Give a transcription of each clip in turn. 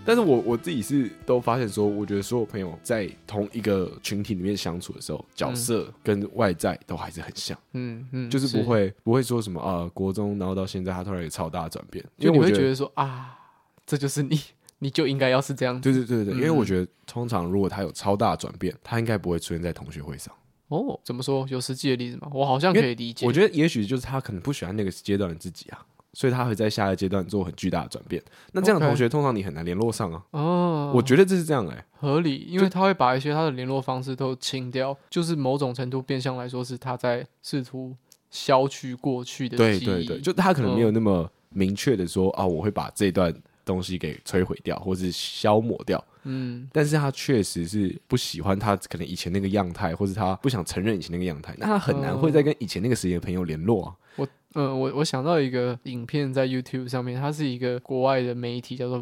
但是我自己是都发现说，我觉得所有朋友在同一个群体里面相处的时候，角色跟外在都还是很像。就是不会说什么国中然后到现在他突然有超大的转变， 因为你会觉得说这就是你就应该要是这样子。 对，因为我觉得通常如果他有超大的转变，他应该不会出现在同学会上。 怎么说？有实际的例子吗？我好像可以理解。 我觉得也许就是他可能不喜欢那个阶段的自己啊，所以他会在下一个阶段做很巨大的转变。那这样的同学通常你很难联络上啊。我觉得这是这样合理，因为他会把一些他的联络方式都清掉，就是某种程度变相来说是他在试图消去过去的记忆。 对，就他可能没有那么明确的说我会把这段东西给摧毁掉，或是消磨掉。但是他确实是不喜欢他可能以前那个样态，或是他不想承认以前那个样态，那他很难会再跟以前那个时期的朋友联络啊。 我想到一个影片在 YouTube 上面，它是一个国外的媒体叫做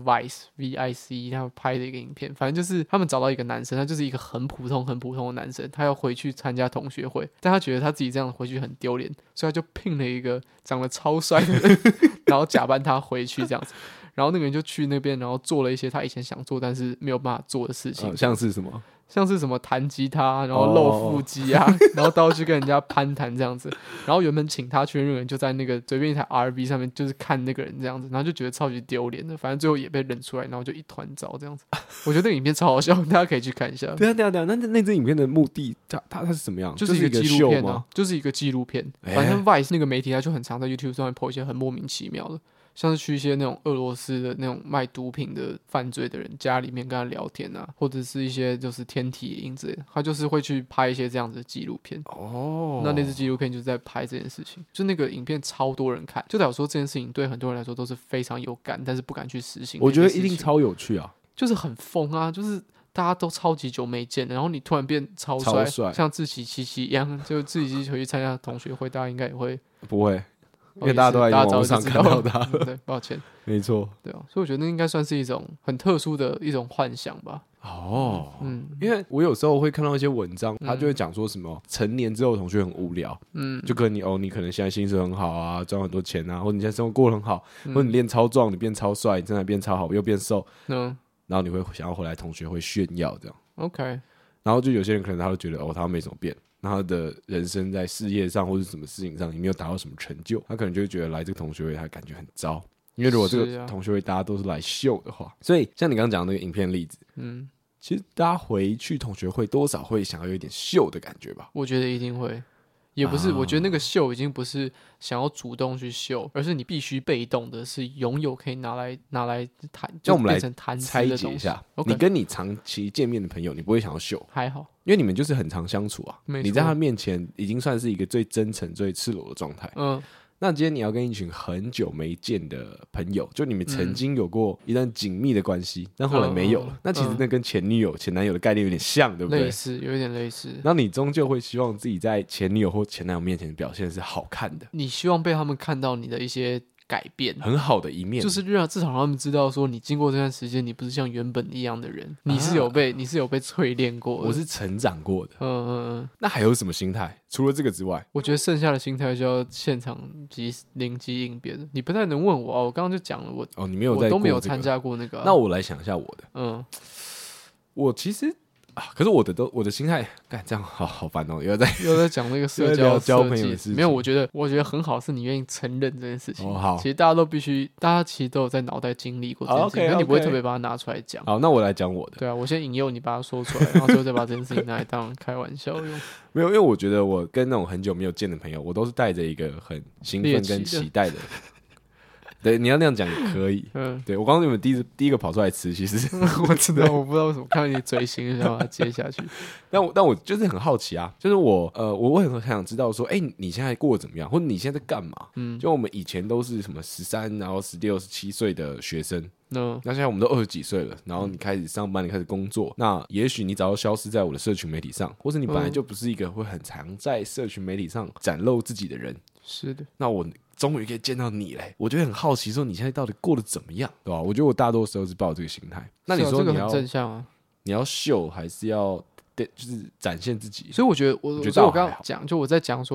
Vice 他们拍的一个影片，反正就是他们找到一个男生，他就是一个很普通的男生，他要回去参加同学会，但他觉得他自己这样回去很丢脸，所以他就聘了一个长得超帅的人，然后假扮他回去这样子。然后那个人就去那边，然后做了一些他以前想做但是没有办法做的事情， 像是什么？ 像是什么弹吉他，然后露腹肌啊，然后到去跟人家攀谈这样子。然后原本请他去的人就在那个随便一台 RV 上面，就是看那个人这样子，然后就觉得超级丢脸的。反正最后也被认出来，然后就一团糟这样子。我觉得那个影片超好笑，大家可以去看一下。 对啊，那支影片的目的，它是什么样？ 就是一个纪录片啊，就是一个纪录片。反正 Vice 那个媒体他就很常在 YouTube 上面 po 一些很莫名其妙的。像是去一些那种俄罗斯的那种卖毒品的犯罪的人家里面跟他聊天啊，或者是一些就是天体营之类的，他就是会去拍一些这样子的纪录片。那支纪录片就是在拍这件事情，就那个影片超多人看，就代表说这件事情对很多人来说都是非常有感，但是不敢去实行。 我觉得一定超有趣啊， 就是很疯啊，就是大家都超级久没见了，然后你突然变超帅，像志祺七七一样，就志祺七七回去参加同学会，大家应该也会不会。因为大家都在网络上看到他了， 对，抱歉， 没错， 对啊，所以我觉得那应该算是一种很特殊的一种幻想吧。 因为我有时候会看到一些文章，他就会讲说什么成年之后同学很无聊，就跟你可能现在薪水很好啊，赚很多钱啊，或者你现在生活过得很好，或者你练超壮，你变超帅，你真的变超好，又变瘦，然后你会想要回来同学会炫耀这样 ，OK， 然后就有些人可能他会觉得他没什么变。他的人生在事业上或者什么事情上也没有达到什么成就，他可能就会觉得来这个同学会他感觉很糟，因为如果这个同学会大家都是来秀的话，所以像你刚刚讲的那个影片例子，其实大家回去同学会多少会想要有一点秀的感觉吧？ 我觉得一定会。也不是，我觉得那个秀已经不是想要主动去秀，而是你必须被动的是拥有可以拿来谈，就变成谈资的东西。拆解一下， 你跟你长期见面的朋友，你不会想要秀， 还好， 因为你们就是很常相处啊。你在他面前已经算是一个最真诚、最赤裸的状态。那今天你要跟一群很久没见的朋友，就你们曾经有过一段紧密的关系，但后来没有了。那其实那跟前女友、前男友的概念有点像，对不对？ 类似，有一点类似。 那你终究会希望自己在前女友或前男友面前表现是好看的， 你希望被他们看到你的一些改变， 很好的一面， 就是至少让他们知道说，你经过这段时间，你不是像原本一样的人，你是有被淬炼过的， 我是成长过的。那还有什么心态？除了这个之外， 我觉得剩下的心态就要现场灵机应变的。你不太能问我我刚刚就讲了， 你没有在过、 我都没有参加过那个。 那我来想一下我的，我其实。可是我的心态，这样好烦哦！又在讲那个社交朋友的事情。 没有，我觉得很好，是你愿意承认这件事情。 好， 其实大家其实都有在脑袋经历过这件事情，但你不会特别把它拿出来讲。 好，那我来讲我的。 对啊，我先引诱你把它说出来，然后之后再把这件事情拿来当开玩笑用。 没有，因为我觉得我跟那种很久没有见的朋友，我都是带着一个很兴奋跟期待的。对，你要那样讲也可以。对，我刚刚原本第一个跑出来吃，其实我知道，我不知道为什么看到你嘴型想把它接下去。 但我就是很好奇啊，就是我很想知道说，你现在过得怎么样，或者你现在在干嘛？就我们以前都是什么13，然后16、17岁的学生。那现在我们都20几岁了，然后你开始上班，你开始工作，那也许你早就消失在我的社群媒体上，或者你本来就不是一个会很常在社群媒体上展露自己的人。 是的， 那我终于可以见到你嘞，我就很好奇说你现在到底过得怎么样，对吧？我觉得我大多时候是抱这个心态。那你说你要、 这个很正向啊， 你要还是要就是展现自己？ 所以我觉得我刚刚讲，就我在讲说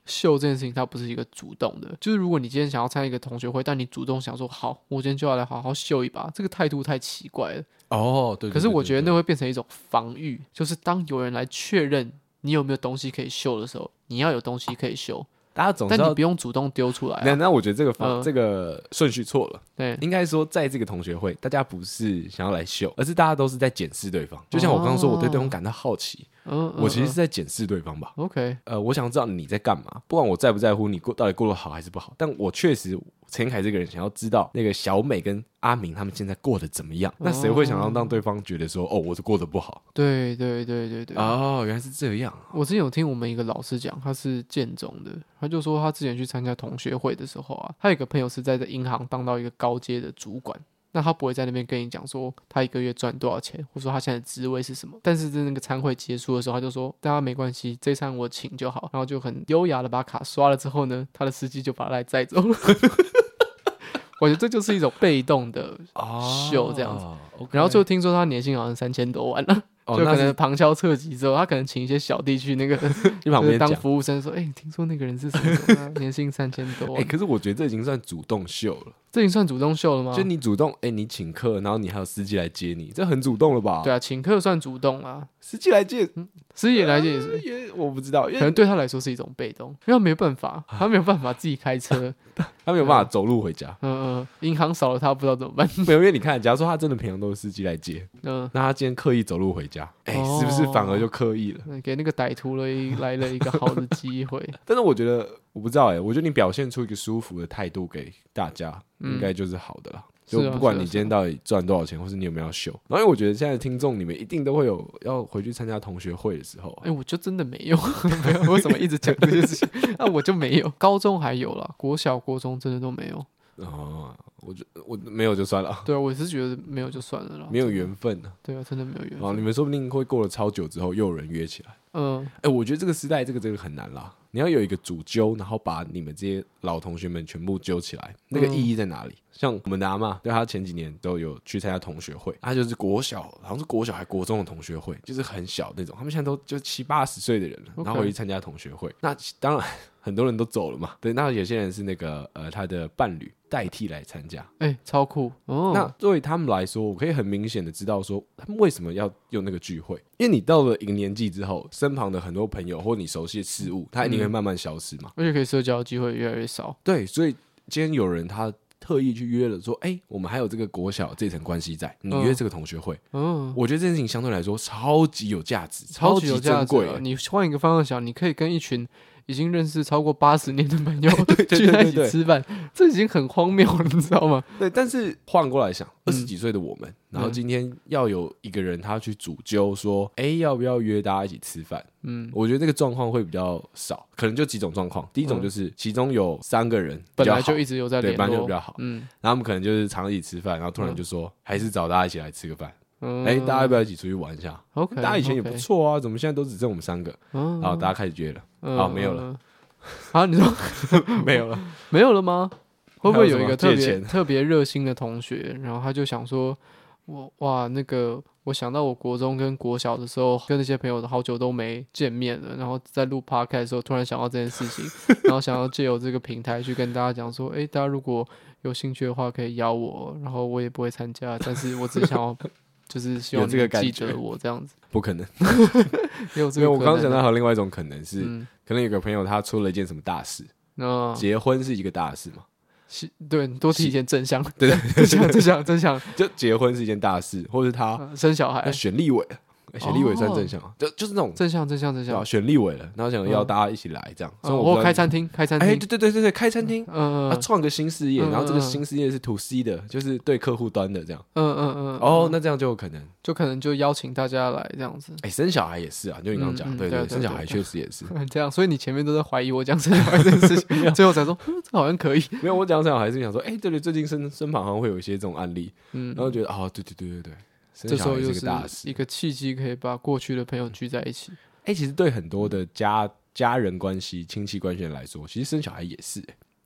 秀这件事情它不是一个主动的，就是如果你今天想要参加一个同学会，但你主动想说好，我今天就要来好好秀一把，这个态度太奇怪了。 哦，对。 可是我觉得那会变成一种防御，就是当有人来确认你有没有东西可以秀的时候，你要有东西可以秀。 大家总知道， 但你不用主动丢出来、 那我觉得这个顺序错了。 对， 应该说在这个同学会，大家不是想要来秀，而是大家都是在检视对方。就像我刚刚说，我对对方感到好奇，我其实是在检视对方吧。 OK， 我想知道你在干嘛，不管我在不在乎你到底过得好还是不好，但我确实陈凯这个人想要知道那个小美跟阿明他们现在过得怎么样。那谁会想要让对方觉得说，我是过得不好？ 对。 哦，原来是这样。 我之前有听我们一个老师讲，他是建中的，他就说他之前去参加同学会的时候啊，他有一个朋友是在银行当到一个高阶的主管。那他不会在那边跟你讲说他一个月赚多少钱，或者说他现在的职位是什么。但是在那个餐会结束的时候，他就说大家没关系，这餐我请就好。然后就很优雅的把卡刷了之后呢，他的司机就把他来载走了。我觉得这就是一种被动的秀这样子。然后就听说他年薪好像3000多万了。就可能旁敲侧击之后，他可能请一些小弟去那个就是当服务生说，听说那个人是什么年薪3000多万。 可是我觉得这已经算主动秀了。 这已经算主动秀了吗？ 就你主动，你请客，然后你还有司机来接你，这很主动了吧？ 对啊，请客算主动啦。 司机来接， 司机来接也是， 我不知道， 可能对他来说是一种被动，因为他没有办法，他没有办法自己开车， 他没有办法走路回家。 银行少了他不知道怎么办。 没有，因为你看，假如说他真的平常都是司机来接，那他今天刻意走路回家，是不是反而就刻意了？ 给那个歹徒来了一个好的机会。 但是我觉得，我不知道我觉得你表现出一个舒服的态度给大家，应该就是好的啦。就不管你今天到底赚多少钱，或是你有没有要秀。然后因为我觉得现在的听众你们一定都会有要回去参加同学会的时候。 我就真的没有，为什么一直讲这些事情？那我就没有。高中还有啦，国小、国中真的都没有。 我没有就算了。 对啊，我是觉得没有就算了啦， 没有缘分啊。 对啊，真的没有缘分。 你们说不定会过了超久之后又有人约起来。我觉得这个时代这个很难啦。你要有一个主揪，然后把你们这些老同学们全部揪起来，那个意义在哪里？像我们的阿嬷，对，她前几年都有去参加同学会，她就是国小，好像是国小还国中的同学会，就是很小那种，他们现在都就70、80岁的人了，然后回去参加同学会。那当然很多人都走了嘛，对，那有些人是那个他的伴侣代替来参加， 超酷哦。 那对他们来说，我可以很明显的知道说他们为什么要用那个聚会，因为你到了一个年纪之后，身旁的很多朋友或你熟悉的事物，它一定会慢慢消失嘛， 而且可以社交的机会越来越少。 对，所以今天有人他特意去约了说，我们还有这个国小这层关系在，你约这个同学会，我觉得这件事情相对来说超级有价值，超级珍贵。 你换一个方向想，你可以跟一群已经认识超过80年的朋友聚在一起吃饭，这已经很荒谬了，你知道吗？ 对，但是换过来想，20几岁的我们，然后今天要有一个人他去主揪说，要不要约大家一起吃饭？我觉得这个状况会比较少，可能就几种状况。第一种就是其中有3个人本来就一直有在联络， 对，本来就比较好，然后他们可能就是常一起吃饭，然后突然就说，还是找大家一起来吃个饭。大家要不要一起出去玩一下？ OK， 大家以前也不错啊，怎么现在都只剩我们3个？好，大家开始约了。好，没有了。 你说没有了？ 没有了吗？会不会有一个特别热心的同学，然后他就想说，那个我想到我国中跟国小的时候，跟那些朋友好久都没见面了，然后在录 podcast 的时候，突然想到这件事情，然后想要借由这个平台去跟大家讲说，大家如果有兴趣的话，可以邀我，然后我也不会参加，但是我只想要。就是希望你记得我这样子， 不可能。 因为我刚刚想到还有另外一种可能是，可能有个朋友他出了一件什么大事，结婚是一个大事嘛？ 对，多提一件正向， 对， 正向， 就结婚是一件大事，或者他生小孩， 选立委。选立委算正向就是那种正向， 选立委了，然后想要大家一起来这样。 或开餐厅，对， 开餐厅，创个新事业，然后这个新事业是 to C 的，就是对客户端的这样。那这样就有可能， 就邀请大家来这样子。 生小孩也是啊，就你刚刚讲，对，生小孩确实也是这样。所以你前面都在怀疑我讲生小孩这件事情，最后才说这好像可以。 没有，我讲生小孩是想说，对，最近身旁好像会有一些这种案例，然后觉得对。 这时候又是一个契机，可以把过去的朋友聚在一起。 其实对很多的家人关系、亲戚关系人来说，其实生小孩也是，因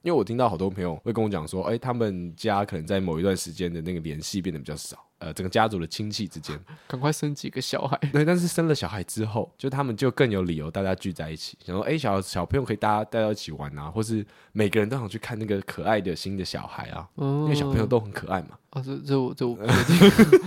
因为我听到好多朋友会跟我讲说，他们家可能在某一段时间的那个联系变得比较少，整个家族的亲戚之间， 赶快生几个小孩。 对，但是生了小孩之后，就他们就更有理由大家聚在一起，想说，小朋友可以大家带到一起玩啊，或是每个人都想去看那个可爱的新的小孩啊，因为小朋友都很可爱嘛。 这我不确定。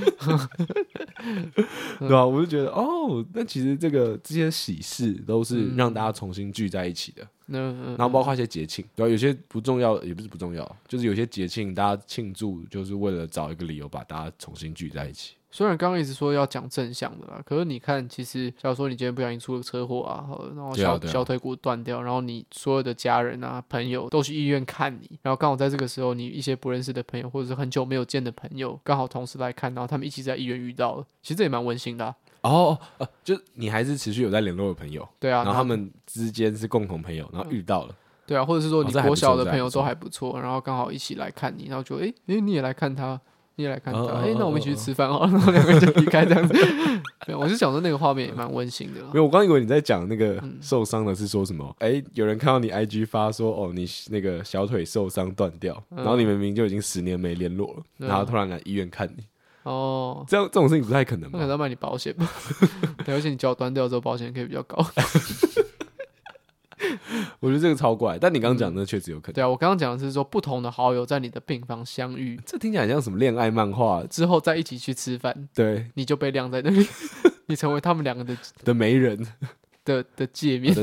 对吧？我就觉得那其实这些喜事都是让大家重新聚在一起的。然后包括一些节庆，对吧？有些不重要，也不是不重要，就是有些节庆大家庆祝，就是为了找一个理由把大家重新聚在一起。 虽然刚刚一直说要讲正向的啦，可是你看，其实假如说你今天不小心出了车祸啊，然后小腿骨断掉，然后你所有的家人啊、朋友都去医院看你，然后刚好在这个时候，你一些不认识的朋友或者是很久没有见的朋友，刚好同时来看，然后他们一起在医院遇到了，其实这也蛮温馨的就你还是持续有在联络的朋友， 对啊， 然后他们之间是共同朋友，然后遇到了。 对啊，或者是说你国小的朋友都还不错，然后刚好一起来看你，然后就你也来看他，你也来看他，那我们一起去吃饭好了，然后两个人就离开这样子。对，我就想说那个画面也蛮温馨的啦。 没有，我刚以为你在讲那个受伤的是说什么？有人看到你 IG 发说你那个小腿受伤断掉，然后你明明就已经10年没联络了，然后突然来医院看你。这种事情不太可能吧？ 那可能要卖你保险吧？对，而且你脚断掉之后，保险可以比较高。 我觉得这个超怪，但你刚刚讲的确实有可能。 对啊，我刚刚讲的是说不同的好友在你的病房相遇， 这听起来像什么恋爱漫画， 之后再一起去吃饭， 对， 你就被晾在那里，你成为他们两个的媒人的界面。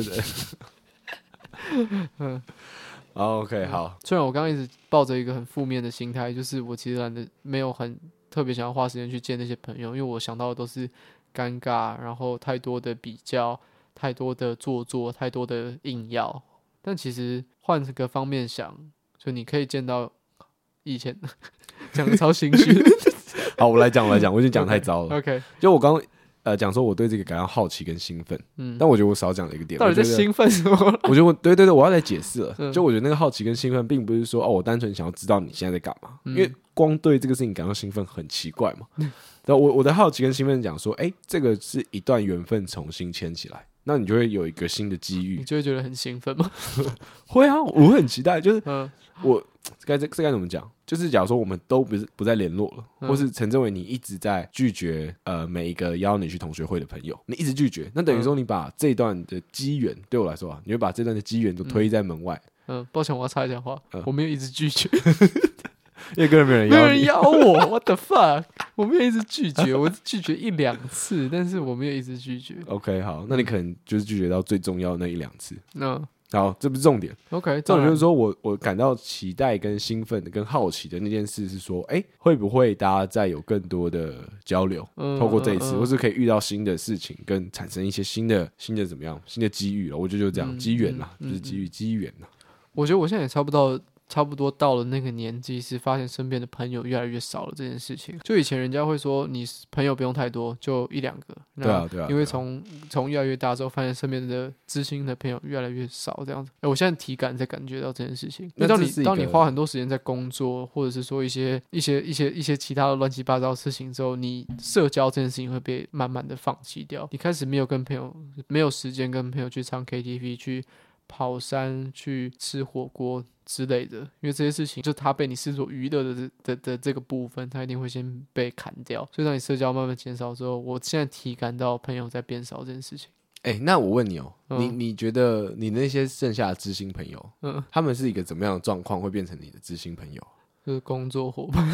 OK， 好。 虽然我刚刚一直抱着一个很负面的心态，就是我其实没有很特别想要花时间去见那些朋友，因为我想到的都是尴尬，然后太多的比较。太多的做作，太多的硬要，但其实换个方面想，就你可以见到以前讲的超心虚。 好，我来讲，我已经讲太糟了。 OK， 就我刚讲说我对这个感到好奇跟兴奋，但我觉得我少讲了一个点。 到底在兴奋什么？ 我觉得对，我要来解释了。就我觉得那个好奇跟兴奋，并不是说我单纯想要知道你现在在干嘛，因为光对这个事情感到兴奋很奇怪嘛。我的好奇跟兴奋讲说，这个是一段缘分重新牵起来。那你就会有一个新的机遇， 你就会觉得很兴奋吗？ 会啊，我会很期待。就是我该怎么讲？就是假如说我们都不再联络了，或是陈正伟你一直在拒绝每一个邀你去同学会的朋友，你一直拒绝，那等于说你把这段的机缘，对我来说你会把这段的机缘都推在门外。 抱歉，我要插一下话，我没有一直拒绝。 因为根本没人邀我 ，What the fuck！ 我没有一直拒绝，我拒绝1-2次，但是我没有一直拒绝。 OK， 好，那你可能就是拒绝到最重要的那1-2次。好，这不是重点。 OK， 重点就是说我感到期待、跟兴奋的、跟好奇的那件事是说，会不会大家再有更多的交流，透过这一次，或是可以遇到新的事情，跟产生一些新的怎么样，新的机遇了？我觉得就这样，机缘啦，就是机缘啦。 我觉得我现在也差不多到了那个年纪，是发现身边的朋友越来越少了这件事情。就以前人家会说你朋友不用太多，就1-2个。 对啊。 因为从越来越大之后，发现身边的知心的朋友越来越少，这样子。我现在体感在感觉到这件事情。因为当你花很多时间在工作，或者是说一些其他的乱七八糟的事情之后，你社交这件事情会被慢慢的放弃掉。你开始没有时间跟朋友去唱 KTV 去。跑山去吃火锅之类的，因为这些事情就它被你视作娱乐的这个部分，它一定会先被砍掉。所以当你社交慢慢减少之后，我现在体感到朋友在变少这件事情。 那我问你你觉得你那些剩下的知心朋友，他们是一个怎么样的状况会变成你的知心朋友？ 就是工作伙伴。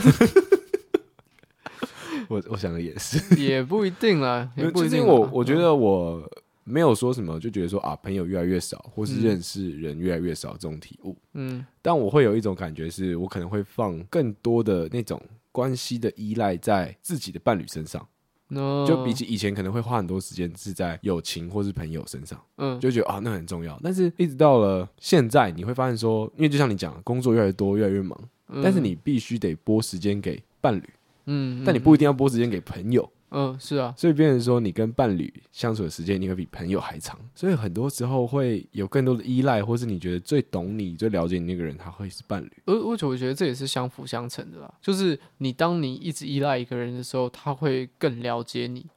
我想的也是， 也不一定啦，也不一定。 我觉得我。没有说什么，就觉得说朋友越来越少，或是认识人越来越少这种体悟。但我会有一种感觉，是我可能会放更多的那种关系的依赖在自己的伴侣身上。就比起以前可能会花很多时间是在友情或是朋友身上，就觉得那很重要。但是一直到了现在，你会发现说，因为就像你讲，工作越来越多，越来越忙，但是你必须得拨时间给伴侣，但你不一定要拨时间给朋友。 是啊， 所以变成说你跟伴侣相处的时间一定会比朋友还长，所以很多时候会有更多的依赖，或是你觉得最懂你、最了解你那个人，他会是伴侣。 我觉得这也是相辅相成的啦，就是当你一直依赖一个人的时候，他会更了解你，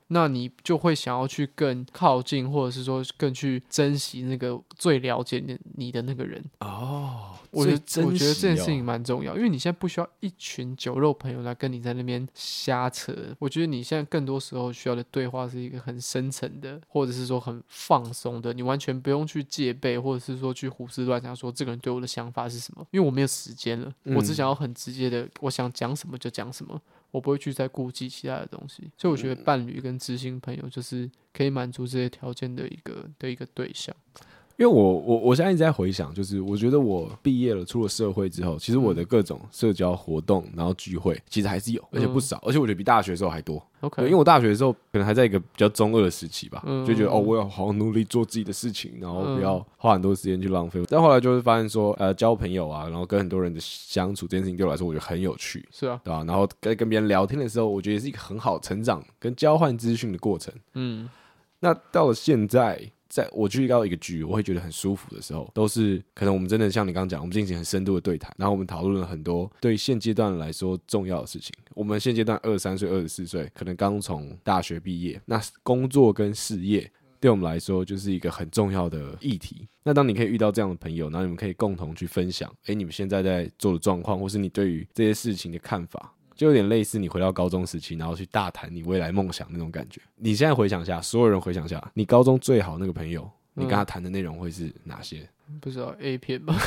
那你就会想要去更靠近，或者是说更去珍惜那个最了解你的那个人。我觉得这件事情蛮重要，因为你现在不需要一群酒肉朋友来跟你在那边瞎扯。我觉得你现在更多时候需要的对话是一个很深层的，或者是说很放松的，你完全不用去戒备，或者是说去胡思乱想说这个人对我的想法是什么，因为我没有时间了，我只想要很直接的，我想讲什么就讲什么，我不会去再顾忌其他的东西。所以我觉得伴侣跟知心朋友就是可以满足这些条件的一个对象。 因为我现在一直在回想，就是我觉得我毕业了，出了社会之后，其实我的各种社交活动，然后聚会，其实还是有，而且不少，而且我觉得比大学的时候还多。 OK， 因为我大学的时候可能还在一个比较中二的时期吧，就觉得我要好好努力做自己的事情，然后不要花很多时间去浪费。但后来就是发现说，交朋友啊，然后跟很多人的相处，这件事情对我来说，我觉得很有趣， 是啊， 对吧？然后跟别人聊天的时候，我觉得也是一个很好成长跟交换资讯的过程。那到了现在。在我去到一个局，我会觉得很舒服的时候，都是可能我们真的像你刚刚讲，我们进行很深度的对谈，然后我们讨论了很多对现阶段来说重要的事情。我们现阶段23岁、24岁，可能刚从大学毕业，那工作跟事业对我们来说就是一个很重要的议题。那当你可以遇到这样的朋友，然后你们可以共同去分享，你们现在在做的状况，或是你对于这些事情的看法。就有点类似你回到高中时期，然后去大谈你未来梦想那种感觉。你现在回想下，所有人回想下，你高中最好那个朋友，你跟他谈的内容会是哪些？ 不知道 A 片吧？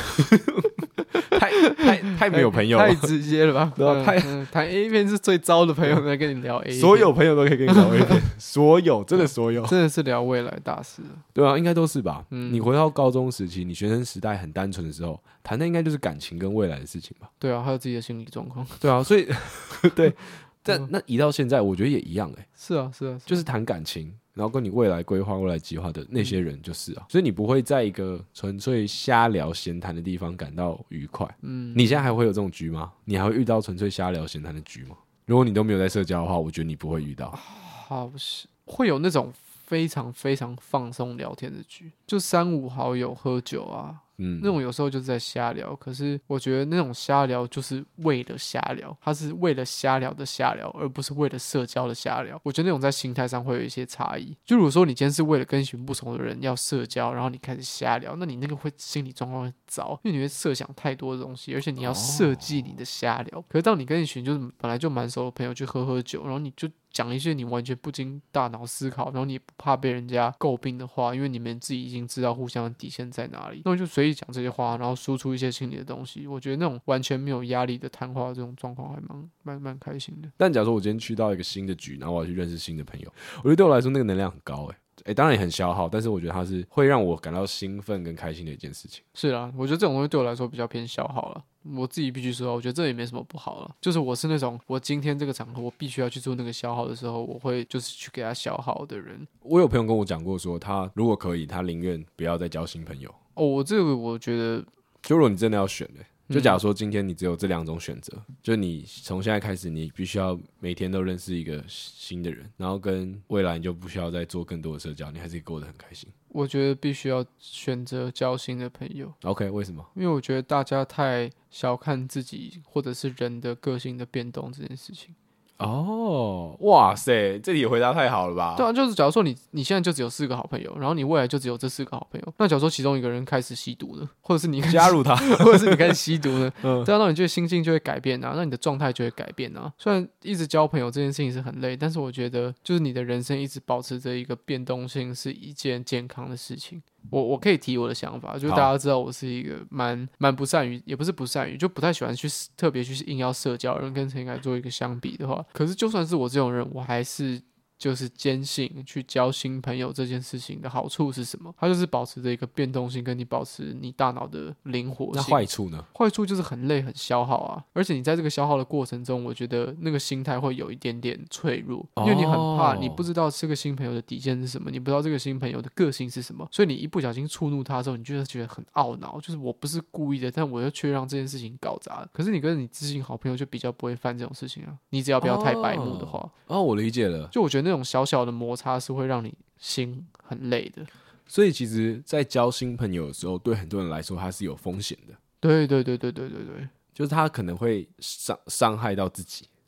太没有朋友了， 太直接了吧？谈 A 片是最糟的朋友在跟你聊 A 片， 所有朋友都可以跟你聊 A 片，所有真的所有， 真的是聊未来大事。 对啊，应该都是吧？你回到高中时期，你学生时代很单纯的时候，谈的应该就是感情跟未来的事情吧？ 对啊，还有自己的心理状况。 对啊，所以对，但那移到现在，我觉得也一样是啊， 就是谈感情。然后跟你未来规划、未来计划的那些人就是啊，所以你不会在一个纯粹瞎聊闲谈的地方感到愉快。你现在还会有这种局吗？你还会遇到纯粹瞎聊闲谈的局吗？如果你都没有在社交的话，我觉得你不会遇到。 好，会有那种非常非常放松聊天的局，就3-5好友喝酒啊。那种有时候就是在瞎聊，可是我觉得那种瞎聊就是为了瞎聊，它是为了瞎聊的瞎聊，而不是为了社交的瞎聊。我觉得那种在心态上会有一些差异。就如果说你今天是为了跟一群不熟的人要社交，然后你开始瞎聊，那你那个会心理状况会糟，因为你会设想太多的东西，而且你要设计你的瞎聊。可是当你跟一群就是本来就蛮熟的朋友去喝酒，然后你就讲一些你完全不经大脑思考，然后你也不怕被人家诟病的话，因为你们自己已经知道互相的底线在哪里，那我就随意讲这些话，然后输出一些心理的东西。我觉得那种完全没有压力的谈话，这种状况还蛮开心的。 但假如说我今天去到一个新的局，然后我要去认识新的朋友，我觉得对我来说那个能量很高当然也很消耗，但是我觉得它是会让我感到兴奋跟开心的一件事情。 是啦，我觉得这种东西对我来说比较偏消耗了。我自己必须说，我觉得这也没什么不好了。就是我是那种，我今天这个场合我必须要去做那个消耗的时候，我会就是去给他消耗的人。 我有朋友跟我讲过说，他如果可以，他宁愿不要再交新朋友。 这个我觉得， 就如果你真的要选就假如说今天你只有这2种选择，就你从现在开始，你必须要每天都认识一个新的人，然后跟未来你就不需要再做更多的社交，你还是过得很开心。 我觉得必须要选择交新的朋友。 OK， 为什么？ 因为我觉得大家太小看自己或者是人的个性的变动这件事情。 哇塞，这题回答太好了吧？ 对啊，就是假如说你现在就只有4个好朋友，然后你未来就只有这4个好朋友，那假如说其中一个人开始吸毒了，或者是你加入他， 或者是你开始吸毒呢，对啊，那你就心境就会改变啊，那你的状态就会改变啊。虽然一直交朋友这件事情是很累，但是我觉得就是你的人生一直保持着一个变动性是一件健康的事情。我可以提我的想法，就是大家知道我是一个蛮不善于，也不是不善于，就不太喜欢去特别去硬要社交的人，跟陈凯做一个相比的话，可是就算是我这种人，我还是就是坚信去交新朋友这件事情的好处是什么？它就是保持着一个变动性，跟你保持你大脑的灵活性。 那坏处呢？ 坏处就是很累很消耗啊，而且你在这个消耗的过程中，我觉得那个心态会有一点点脆弱，因为你很怕，你不知道这个新朋友的底线是什么，你不知道这个新朋友的个性是什么，所以你一不小心触怒他的时候，你就会觉得很懊恼，就是我不是故意的，但我又却让这件事情搞砸了。可是你跟你知心好朋友就比较不会犯这种事情啊，你只要不要太白目的话。 我理解了。 就我觉得那种小小的摩擦是会让你心很累的。 所以其实在交新朋友的时候，对很多人来说它是有风险的。 对， 就是他可能会伤害到自己，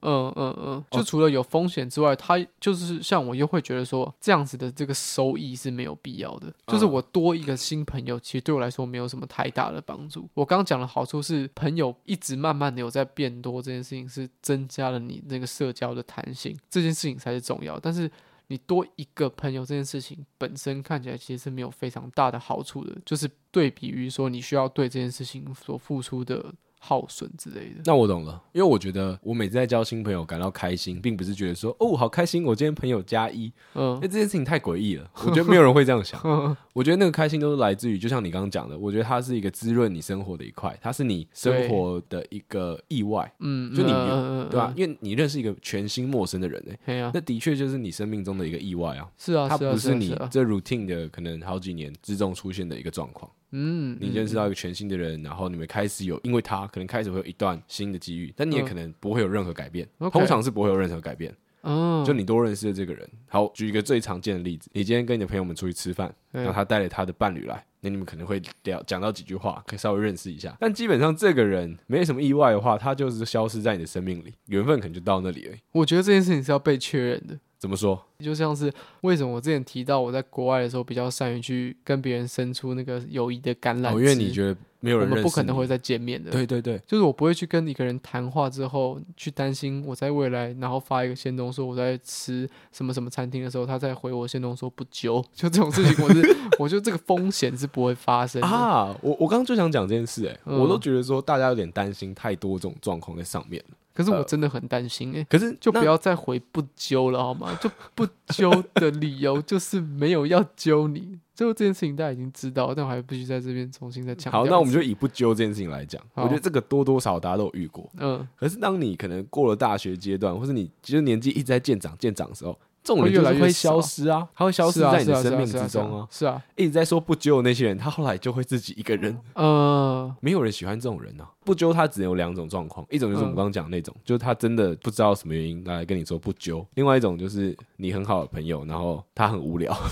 就除了有风险之外，它就是像我又会觉得说，这样子的这个收益是没有必要的。就是我多一个新朋友，其实对我来说没有什么太大的帮助。我刚刚讲的好处是，朋友一直慢慢的有在变多，这件事情是增加了你那个社交的弹性，这件事情才是重要。但是你多一个朋友这件事情本身看起来其实是没有非常大的好处的，就是对比于说你需要对这件事情所付出的耗损之类的。 那我懂了，因为我觉得我每次在交新朋友感到开心，并不是觉得说哦好开心，我今天朋友加1，因为这件事情太诡异了，我觉得没有人会这样想。我觉得那个开心都是来自于，就像你刚刚讲的，我觉得它是一个滋润你生活的一块，它是你生活的一个意外。就你对吧？因为你认识一个全新陌生的人那的确就是你生命中的一个意外啊。 是啊， 它不是你这 routine 的可能好几年之中出现的一个状况。你认识到一个全新的人，然后你们开始有，因为他可能开始会有一段新的机遇，但你也可能不会有任何改变，通常是不会有任何改变。就你多认识的这个人。好，举一个最常见的例子，你今天跟你的朋友们出去吃饭，然后他带了他的伴侣来，那你们可能会讲到几句话，可以稍微认识一下。但基本上这个人没什么意外的话，他就是消失在你的生命里，缘分可能就到那里而已。 我觉得这件事情是要被确认的。 怎么说？ 就像是为什么我之前提到我在国外的时候比较善于去跟别人伸出那个友谊的橄榄枝， 因为你觉得没有人认识你， 我们不可能会再见面的。 对对对， 就是我不会去跟一个人谈话之后去担心我在未来，然后发一个限动说我在吃什么什么餐厅的时候，他再回我限动说不揪，就这种事情我觉得这个风险是不会发生的啊。我刚刚就想讲这件事我都觉得说大家有点担心太多这种状况在上面了。 可是我真的很担心可是就不要再回不揪了好吗？就不揪的理由就是没有要揪你，就这件事情大家已经知道，但我还必须在这边重新再强调。 好，那我们就以不揪这件事情来讲，我觉得这个多多少少大家都有遇过。可是当你可能过了大学阶段，或是你其实年纪一直在渐长的时候，这种人就是会消失啊，他会消失在你的生命之中啊。 是啊， 一直在说不揪的那些人，他后来就会自己一个人。没有人喜欢这种人啊。不揪他只能有2种状况，一种就是我们刚刚讲的那种，就是他真的不知道什么原因来跟你说不揪；另外一种就是你很好的朋友，然后他很无聊。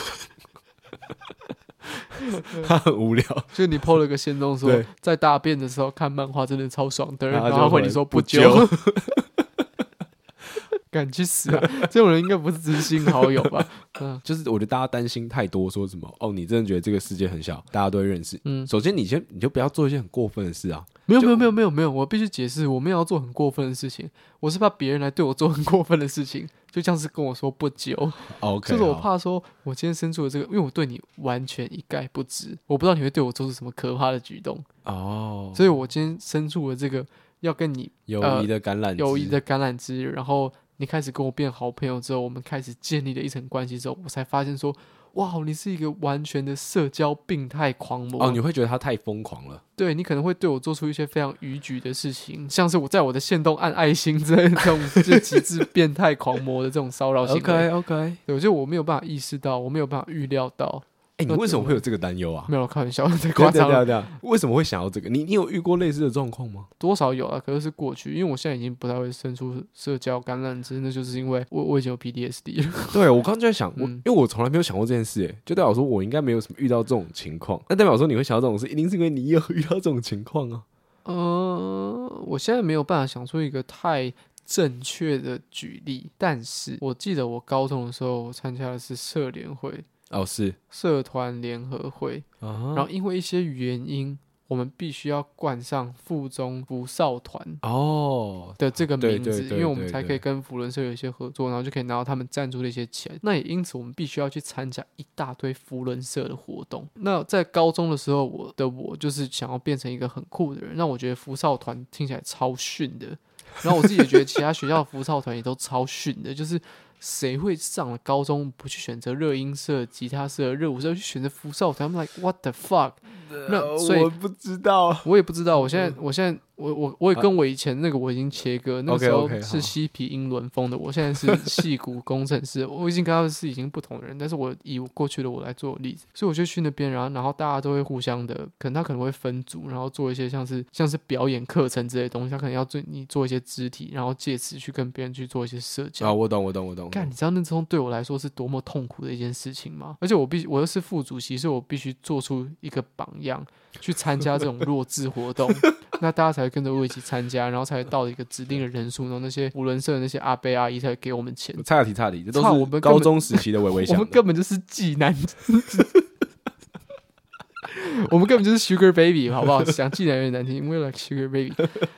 他很无聊， 就你 po 了个限动说在大便的时候看漫画真的超爽的，然后他回你说不揪。赶去死啊！这种人应该不是知心好友吧？ 就是我觉得大家担心太多，说什么你真的觉得这个世界很小，大家都会认识。首先你就不要做一些很过分的事啊。 没有，我必须解释，我没有要做很过分的事情，我是怕别人来对我做很过分的事情，就像是跟我说不揪。就是我怕说，我今天生出了这个，因为我对你完全一概不知，我不知道你会对我做出什么可怕的举动。所以我今天生出了这个要跟你友谊的橄榄枝，然后你开始跟我变好朋友之后，我们开始建立了一层关系之后，我才发现说，哇，你是一个完全的社交病态狂魔。 你会觉得他太疯狂了。 对，你可能会对我做出一些非常逾矩的事情，像是我在我的限动按爱心之类的这种就极致变态狂魔的这种骚扰行为。 OK， 对，我觉得我没有办法意识到，我没有办法预料到。 你为什么会有这个担忧啊？ 没有，开玩笑，太夸张了。 对，为什么会想要这个？你有遇过类似的状况吗？ 多少有啊，可是过去，因为我现在已经不太会伸出社交橄榄枝，那就是因为我已经有 PTSD 了。 对，我刚刚就在想，因为我从来没有想过这件事，就代表说我应该没有什么遇到这种情况。那代表说你会想到这种事，一定是因为你有遇到这种情况啊。 我现在没有办法想出一个太正确的举例，但是我记得我高中的时候，我参加的是社联会。 是社团联合会，然后因为一些原因，我们必须要冠上附中福少团的这个名字，因为我们才可以跟福伦社有一些合作，然后就可以拿到他们赞助的一些钱。那也因此，我们必须要去参加一大堆福伦社的活动。那在高中的时候，我就是想要变成一个很酷的人，让我觉得福少团听起来超逊的。然后我自己也觉得其他学校的福少团也都超逊的，就是谁会上了高中不去选择热音社、吉他社、热舞社，去选择福少团？ I'm like what the fuck？ 那所以我不知道， 我也不知道。我现在我也跟我以前那个我已经切割，那个时候是嬉皮英伦风的，我现在是矽谷工程师，我已经跟他们是已经不同的人，但是我以过去的我来做例子，所以我就去那边，然后大家都会互相的，可能会分组，然后做一些像是表演课程之类的东西，他可能要你做一些肢体，然后借此去跟别人去做一些社交。 我懂。 干，你知道那种对我来说是多么痛苦的一件事情吗？而且我又是副主席，所以我必须做出一个榜样，去参加这种弱智活动，那大家才才跟着我一起参加，然后才到了一个指定的人数，然后那些五轮社的那些阿伯阿姨才给我们钱。 差题，这都是高中时期的微微想的。 我们根本就是技男。我们根本就是 Sugar Baby， 好不好？讲技男有点难听，因为 like Sugar Baby，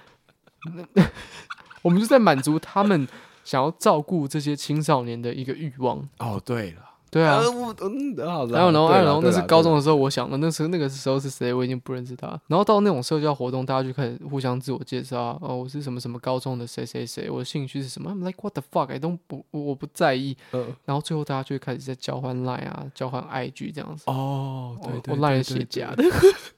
我们就在满足他们想要照顾这些青少年的一个欲望。 哦，对了， 对啊，然后那是高中的时候，我想的那个时候是谁，我已经不认识他。然后到那种社交活动，大家就开始互相自我介绍，哦，我是什么什么高中的谁谁谁，我的兴趣是什么 ？I'm like what the fuck， 我不在意。然后最后大家就会开始在交换 line 啊，交换 IG 这样子。 哦，对， 我 line 写假的，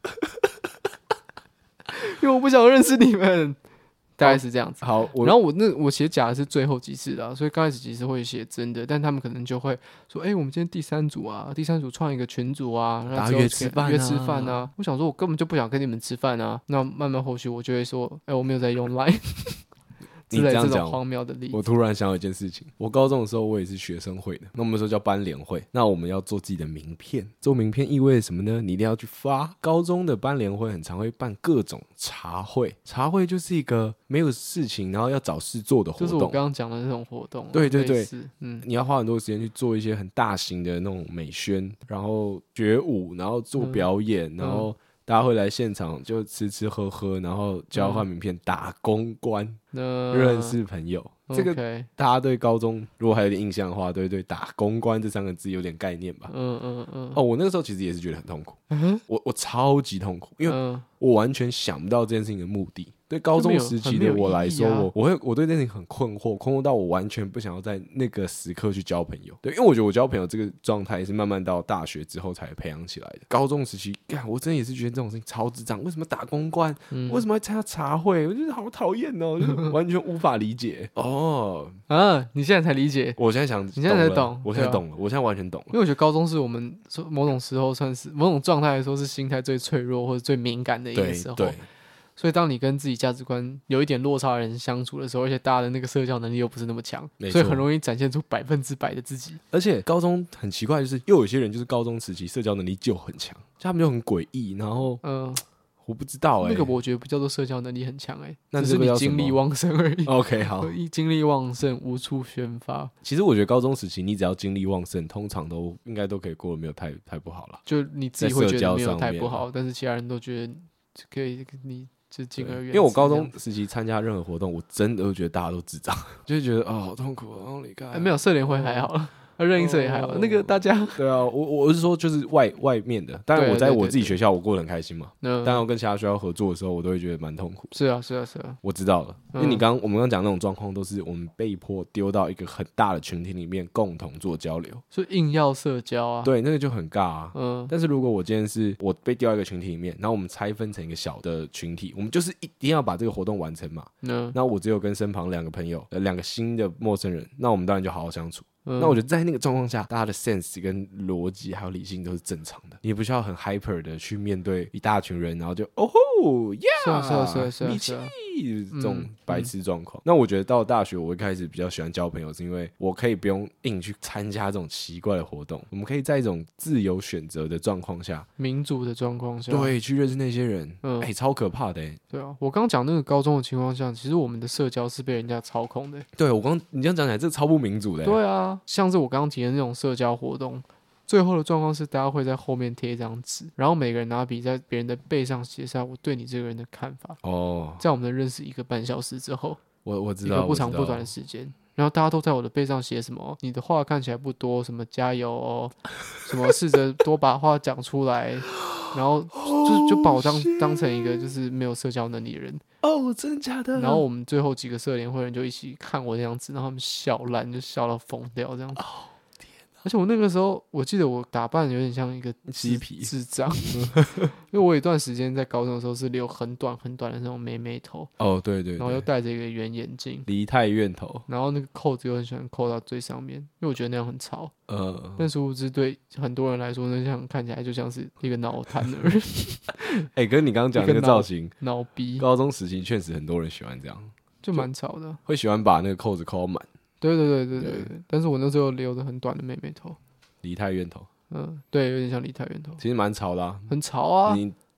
因为我不想认识你们。大概是这样子。 好， 然后我写假的是最后几次的，所以刚开始其实会写真的，但他们可能就会说：“我们今天第三组创一个群组啊，然后约吃饭啊。”我想说，我根本就不想跟你们吃饭啊。那慢慢后续我就会说：“我没有在用 Line。” 你这样讲， 荒谬的例子， 我突然想到一件事情。我高中的时候，我也是学生会的，那我们说叫班联会。那我们要做自己的名片，做名片意味着什么呢？你一定要去发。高中的班联会很常会办各种茶会，茶会就是一个没有事情，然后要找事做的活动， 就是我刚刚讲的那种活动。 对，你要花很多时间去做一些很大型的那种美宣，然后觉舞，然后做表演，然后大家会来现场就吃吃喝喝，然后交换名片，打公关，认识朋友。这个大家对高中如果还有点印象的话，对打公关这3个字有点概念吧？我那个时候其实也是觉得很痛苦，我超级痛苦，因为我完全想不到这件事情的目的。对高中时期的我来说，我对这件事情很困惑到我完全不想要在那个时刻去交朋友。对，因为我觉得我交朋友这个状态是慢慢到大学之后才培养起来的。高中时期，我真的也是觉得这种事情超智障。为什么打公关？为什么要参加茶会？我觉得好讨厌哦，就完全无法理解。 你现在才理解？ 我现在想， 你现在才懂？ 我现在懂了，我现在完全懂了。 因为我觉得高中是我们某种时候算是某种状态来说是心态最脆弱或者最敏感的一个时候。对。所以，当你跟自己价值观有一点落差的人相处的时候，而且大家的那个社交能力又不是那么强，所以很容易展现出100%的自己。 而且高中很奇怪，就是又有些人就是高中时期社交能力就很强，他们就很诡异。然后，我不知道那个我觉得不叫做社交能力很强那只是你精力旺盛而已。 OK， 好， 精力旺盛无处宣发。 其实我觉得高中时期你只要精力旺盛，通常应该都可以过得没有太不好了。 就你自己会觉得没有太不好，但是其他人都觉得可以你。就敬而远之。 因为我高中时期参加任何活动，我真的会觉得大家都智障，就会觉得好痛苦，然后离开。 没有社联会还好了。热音社也还好，那个大家对啊，我是说就是外面的，当然我在我自己学校我过得很开心嘛。当然我跟其他学校合作的时候，我都会觉得蛮痛苦。 是啊， 我知道了，因为我们刚讲那种状况，都是我们被迫丢到一个很大的群体里面，共同做交流， 所以硬要社交啊。 对，那个就很尬啊。但是如果我今天是我被丢到一个群体里面，然后我们拆分成一个小的群体，我们就是一定要把这个活动完成嘛。那我只有跟身旁2个朋友，2个新的陌生人，那我们当然就好好相处。那我觉得在那个状况下，大家的 sense 跟逻辑还有理性都是正常的，你也不需要很 hyper 的去面对一大群人，然后就哦吼，yeah， 是米奇这种白痴状况。那我觉得到大学，我一开始比较喜欢交朋友，是因为我可以不用硬去参加这种奇怪的活动，我们可以在一种自由选择的状况下， 民主的状况下， 对，去认识那些人，超可怕的。 对啊，我刚讲那个高中的情况下，其实我们的社交是被人家操控的。 对，你这样讲起来，这超不民主的。 对啊。像是我刚刚提的那种社交活动，最后的状况是大家会在后面贴一张纸，然后每个人拿笔在别人的背上写下我对你这个人的看法。在我们认识1个半小时之后， 我知道一个不长不短的时间，然后大家都在我的背上写什么，你的话看起来不多，什么加油哦，什么试着多把话讲出来，然后就把我当成一个就是没有社交能力的人。 真的假的？ 然后我们最后几个社联会人就一起看我那样子，然后他们笑烂，就笑到疯掉这样子。天哪！而且我那个时候，我记得我打扮有点像一个智障，因为我有一段时间在高中的时候是留很短很短的那种妹妹头。 对， 然后又戴着一个圆眼镜， 梨泰院头， 然后那个扣子又很喜欢扣到最上面，因为我觉得那样很潮。但殊不知对很多人来说，那样看起来就像是一个脑瘫而已。 跟你刚刚讲那个造型， 脑逼。 高中时期确实很多人喜欢这样， 就蛮潮的， 会喜欢把那个扣子扣到满。 对，但是我那时候留着很短的妹头， 梨泰院头， 对，有点像梨泰院头， 其实蛮潮的啊， 很潮啊。 你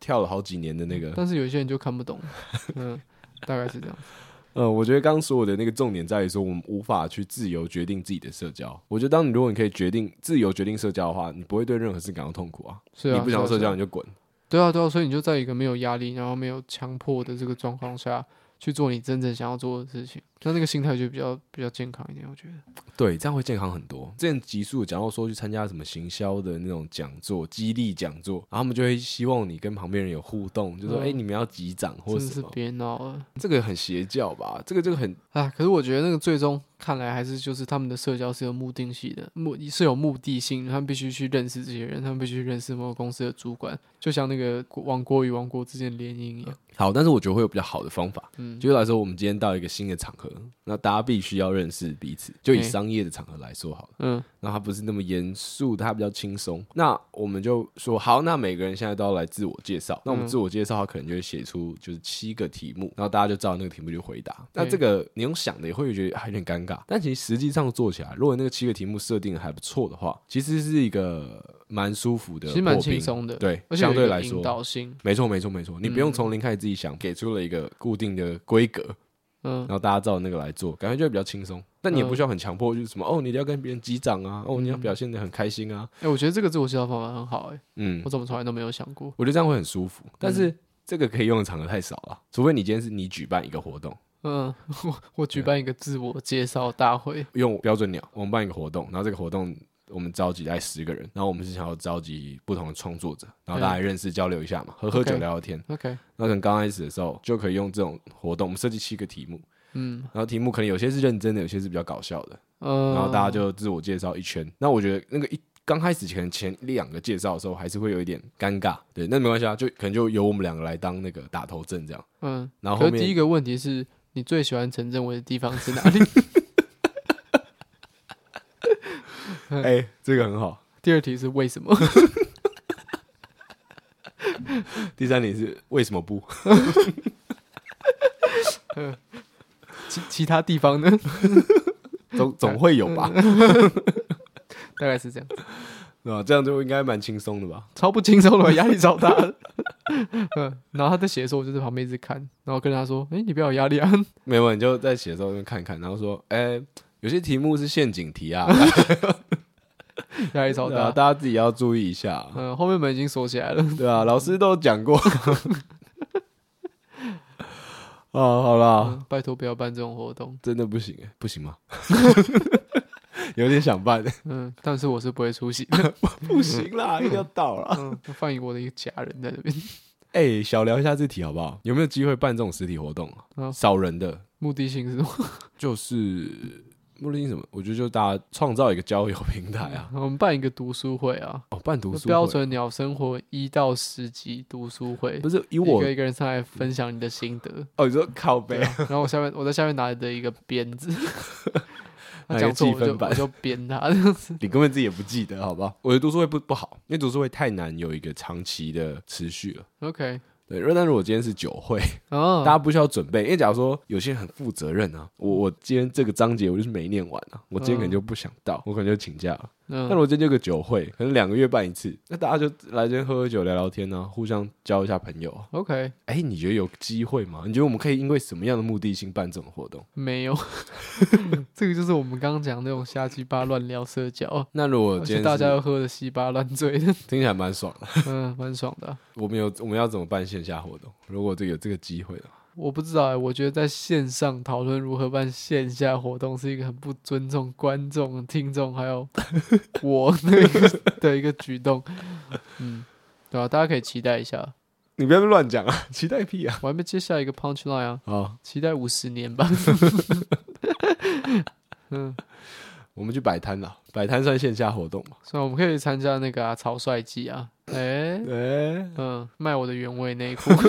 跳了好几年的那个， 但是有些人就看不懂，大概是这样。 我觉得刚刚说的那个重点在于说，我们无法去自由决定自己的社交。我觉得，如果你可以自由决定社交的话，你不会对任何事感到痛苦啊。 是啊， 你不想要社交，你就滚。 对啊，所以你就在一个没有压力，然后没有强迫的这个状况下去做你真正想要做的事情，那个心态就比较健康一点，我觉得。 对，这样会健康很多。之前集数讲到说去参加什么行销的那种讲座、激励讲座，然后他们就会希望你跟旁边人有互动，就说你们要击掌或什么。 真是别闹了， 这个很邪教吧？这个很可是我觉得那个最终看来还是就是他们的社交是有目的性的，是有目的性，他们必须去认识这些人，他们必须认识某个公司的主管，就像那个王国与王国之间的联姻一样。 好，但是我觉得会有比较好的方法。举例来说，我们今天到一个新的场合，那大家必须要认识彼此。就以商业的场合来说好了，那它不是那么严肃，它比较轻松。那我们就说好，那每个人现在都要来自我介绍。那我们自我介绍，他可能就会写出就是7个题目，然后大家就照那个题目就回答。那这个你用想的也会觉得有点尴尬，但其实实际上做起来，如果那个7个题目设定的还不错的话，其实是一个蛮舒服的， 其实蛮轻松的， 对， 而且相对来说， 引导性， 没错，你不用从零开始自己想，给出了一个固定的规格，然后大家照那个来做，感觉就会比较轻松。但你也不需要很强迫，就是什么你一定要跟别人击掌啊，你要表现得很开心啊。 我觉得这个自我介绍方法很好，我怎么从来都没有想过？ 我觉得这样会很舒服，但是这个可以用的场合太少了，除非你今天是你举办一个活动。 我举办一个自我介绍大会， 用标准鸟，我们办一个活动，然后这个活动我们召集来10个人，然后我们是想要召集不同的创作者，然后大家认识交流一下嘛，喝酒聊聊天。 OK， 那可能刚开始的时候就可以用这种活动，我们设计7个题目，然后题目可能有些是认真的，有些是比较搞笑的，然后大家就自我介绍一圈。那我觉得那个刚开始可能前2个介绍的时候还是会有一点尴尬，对，那没关系啊，就可能就由我们2个来当那个打头阵这样。然后后面可是第一个问题是你最喜欢陈正伟的地方是哪里？ 这个很好。 第2题是为什么？ 第3题是为什么不？ 其他地方呢？ 总会有吧？ 大概是这样子， 对吧？这样就应该蛮轻松的吧？ 超不轻松的，压力超大的。然后他在写的时候，我就在旁边一直看，然后跟他说：“你不要有压力啊。” 没有，你就在写的时候就看看，然后说：“有些题目是陷阱题啊。” 压力超大， 大家自己要注意一下。 后面门已经锁起来了。 对啊，老师都讲过。好啦， 拜托不要办这种活动， 真的不行不行吗？有点想办， 但是我是不会出席的。 不行啦，一定要到啦。 放我的一个家人在这边。 小聊一下这题好不好？有没有机会办这种实体活动啊？少人的， 目的性是什么？ 就是目的性什么？我觉得就大家创造一个交友平台啊。 我们办一个读书会啊。 办读书会， 标准鸟生活1到10集读书会， 不是以我一个人上来分享你的心得。 你说靠背， 然后我在下面拿着一个鞭子。他讲错我就编他， 你根本自己也不记得，好不好？我觉得读书会不好，因为读书会太难有一个长期的持续了。 OK， 对，但如果今天是酒会，大家不需要准备，因为假如说有些人很负责任啊，我今天这个章节我就是没念完啊，我今天可能就不想到，我可能就请假了。但我今天就有个酒会，可能2个月办一次，那大家就来这边喝喝酒、聊聊天啊，互相交一下朋友。 OK， 你觉得有机会吗？你觉得我们可以因为什么样的目的性办这种活动？ 没有，这个就是我们刚刚讲那种瞎鸡巴乱聊社交。 那如果今天大家都喝的稀巴烂醉的， 听起来蛮爽的。 蛮爽的。 我们要怎么办线下活动？如果有这个机会的话。 我不知道我觉得在线上讨论如何办线下活动是一个很不尊重观众、听众还有我的一个举动。对吧？大家可以期待一下。 你不要乱讲啊！期待屁啊！ 我还没接下一个 punchline 啊！ 好， 期待50年吧。 我们去摆摊啦，摆摊算线下活动嘛？ 所以我们可以参加那个草率季啊！卖我的原味内裤。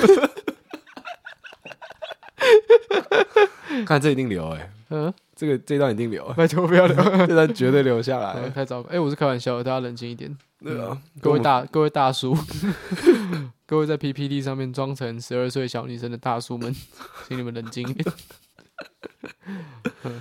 看这一定留这段一定留， 拜托不要留， 这段绝对留下来。 太糟糕！我是开玩笑的，大家冷静一点。 对啊， 各位大叔，各位在 PPT 上面装成12岁小女生的大叔们，请你们冷静一点。 好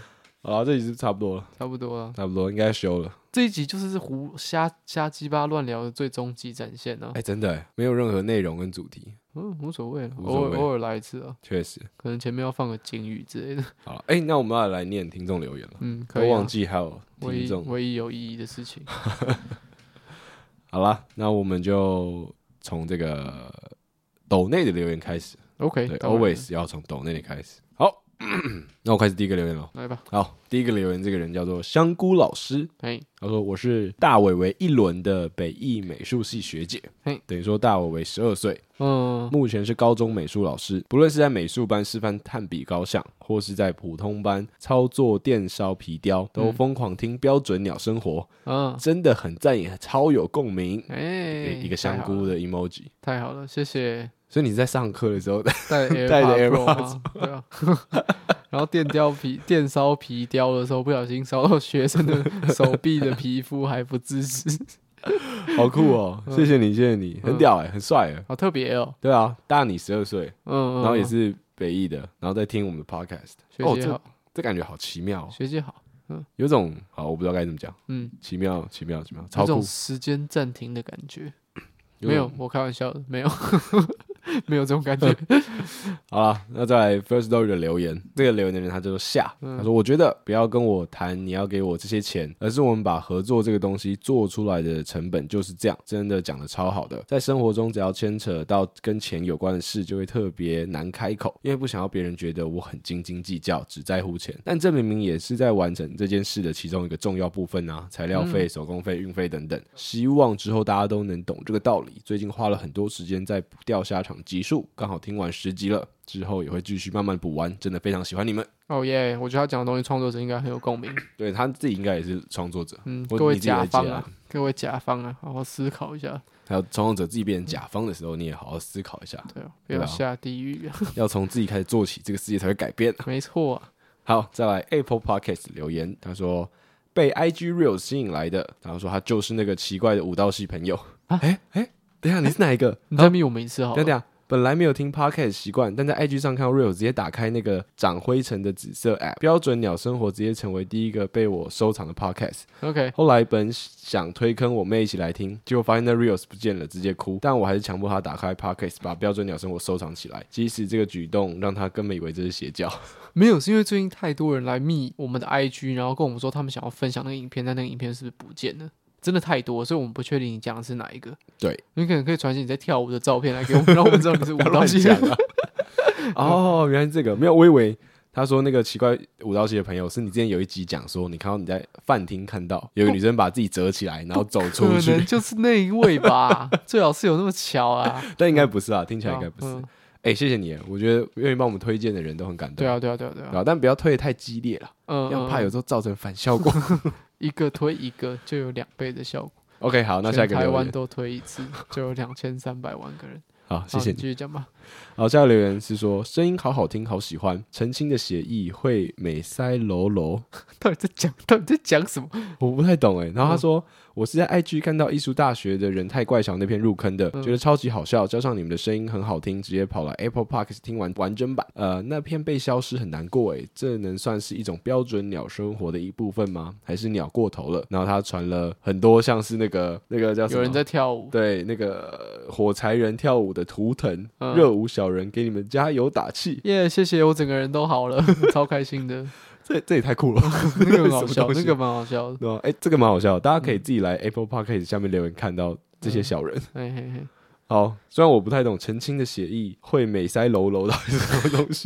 好了，这集是差不多了， 差不多了， 差不多应该休了。 这一集就是瞎鸡巴乱聊的最终极展现啊！ 真的没有任何内容跟主题。 无所谓了， 无所谓偶尔来一次啊。 确实， 可能前面要放个警语之类的。 好了，那我们要来念听众留言了。 可以、啊。 都忘记还有听众， 唯一有意义的事情。 好了，那我们就从这个抖内的留言开始。 OK， 对 ，always 要从抖内的开始。好。那我开始第一个留言了， 来吧。 好，第一个留言，这个人叫做香菇老师，他说我是大伟伟一轮的北艺美术系学姐，等于说大伟伟12岁，目前是高中美术老师，不论是在美术班示范炭笔高相，或是在普通班操作电烧皮雕，都疯狂听标准鸟生活，真的很赞，也超有共鸣，一个香菇的 emoji， 太好了，谢谢。 所以你在上课的时候带着 AirPods 吗？对啊。然后电烧皮雕的时候，不小心烧到学生的手臂的皮肤，还不自知。 好酷哦！谢谢你，谢谢你，很屌很帅好特别哦。 对啊，大你12岁，然后也是北艺的，然后再听我们的 podcast， 学姐好， 这感觉好奇妙。 学姐好， 有种我不知道该怎么讲，奇妙，超酷， 有种时间暂停的感觉。没有，我开玩笑的，没有。没有这种感觉。 好了，那再来 First Story 的留言，这个留言的人他叫做夏，他说我觉得不要跟我谈你要给我这些钱，而是我们把合作这个东西做出来的成本就是这样，真的讲的超好的。在生活中只要牵扯到跟钱有关的事，就会特别难开口，因为不想要别人觉得我很斤斤计较，只在乎钱，但这明明也是在完成这件事的其中一个重要部分啊，材料费、手工费、运费等等。希望之后大家都能懂这个道理。最近花了很多时间在补掉下场集数，刚好听完10集了，之后也会继续慢慢补完，真的非常喜欢你们。 哦耶！我觉得他讲的东西创作者应该很有共鸣。 对，他自己应该也是创作者。 各位甲方啊，各位甲方啊，好好思考一下。 还有创作者自己变成甲方的时候，你也好好思考一下。 对啊，不要下地狱啊！ 要从自己开始做起，这个世界才会改变。 没错啊。 好，再来 Apple Podcast 留言，他说被 IG Reels 吸引来的，然后说他就是那个奇怪的舞蹈系朋友。等一下，你是哪一个？ 你再密我们一次好了。 等一下，本来没有听 podcast 习惯，但在 IG 上看到 Reels 直接打开那个长灰尘的紫色 app， 标准鸟生活直接成为第一个被我收藏的 podcast。OK， 后来本想推坑我妹一起来听，结果发现那 Reels 不见了，直接哭。但我还是强迫她打开 podcast， 把标准鸟生活收藏起来。即使这个举动让她根本以为这是邪教。 没有，是因为最近太多人来密我们的 IG， 然后跟我们说他们想要分享那个影片，但那个影片是不是不见了？真的太多，所以我们不确定你讲的是哪一个。 对， 你可能可以传些你在跳舞的照片来给我们，让我们知道你是舞蹈系的。 哦，原来是这个，没有，我以为他说那个奇怪舞蹈系的朋友是你之前有一集讲说，你看到你在饭厅看到有个女生把自己折起来，然后走出去， 可能就是那一位吧？最好是有那么巧啊， 但应该不是啊，听起来应该不是。谢谢你，我觉得愿意帮我们推荐的人都很感动。 对啊， 但不要推得太激烈了，要怕有时候造成反效果。 一个推一个就有2倍的效果。 OK， 好，那下一个留言， 台湾都推一次就有2300万个人。 好，谢谢你。 继续讲吧。 好，下一个留言是说声音好好听，好喜欢，澄清的写意会美腮柔柔。 到底在讲什么？ 我不太懂然后他说我是在 IG 看到艺术大学的人太怪小那篇入坑的，觉得超级好笑，加上你们的声音很好听，直接跑来 Apple Podcast 听完完整版。那篇被消失很难过这能算是一种标准鸟生活的一部分吗？还是鸟过头了？然后他传了很多像是那个叫什么， 有人在跳舞， 对，那个火柴人跳舞的图腾，热舞小人给你们加油打气。 谢谢，我整个人都好了，超开心的。 这也太酷了， 那个很好笑，那个蛮好笑的。 对这个蛮好笑的，大家可以自己来 Apple Podcast 下面留言看到这些小人。好，虽然我不太懂澄清的写意会美腮柔柔到底是什么东西。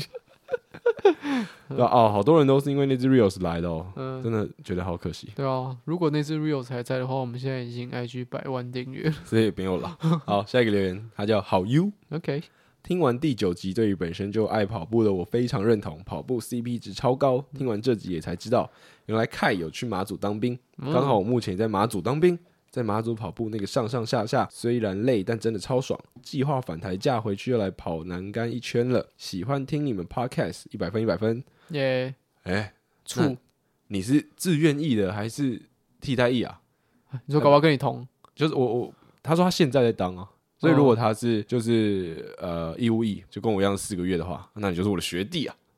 好多人都是因为那只 Reels 来的真的觉得好可惜。 对啊，如果那只 Reels 还在的话，我们现在已经 IG 100万订阅了， 所以没有了。好，下一个留言，他叫好 U。OK。听完第9集，对于本身就爱跑步的我非常认同，跑步 CP 值超高。听完这集也才知道，原来Kai有去马祖当兵，刚好我目前也在马祖当兵，在马祖跑步那个上上下下，虽然累，但真的超爽。计划返台假回去又来跑南竿1圈了，喜欢听你们 Podcast， 100分100分。耶！处你是自愿役的还是替代役啊？ 你说搞不好跟你同？ 就是他说他现在在当啊。所以如果他是就是义务役，就跟我一样4个月的话，那你就是我的学弟啊。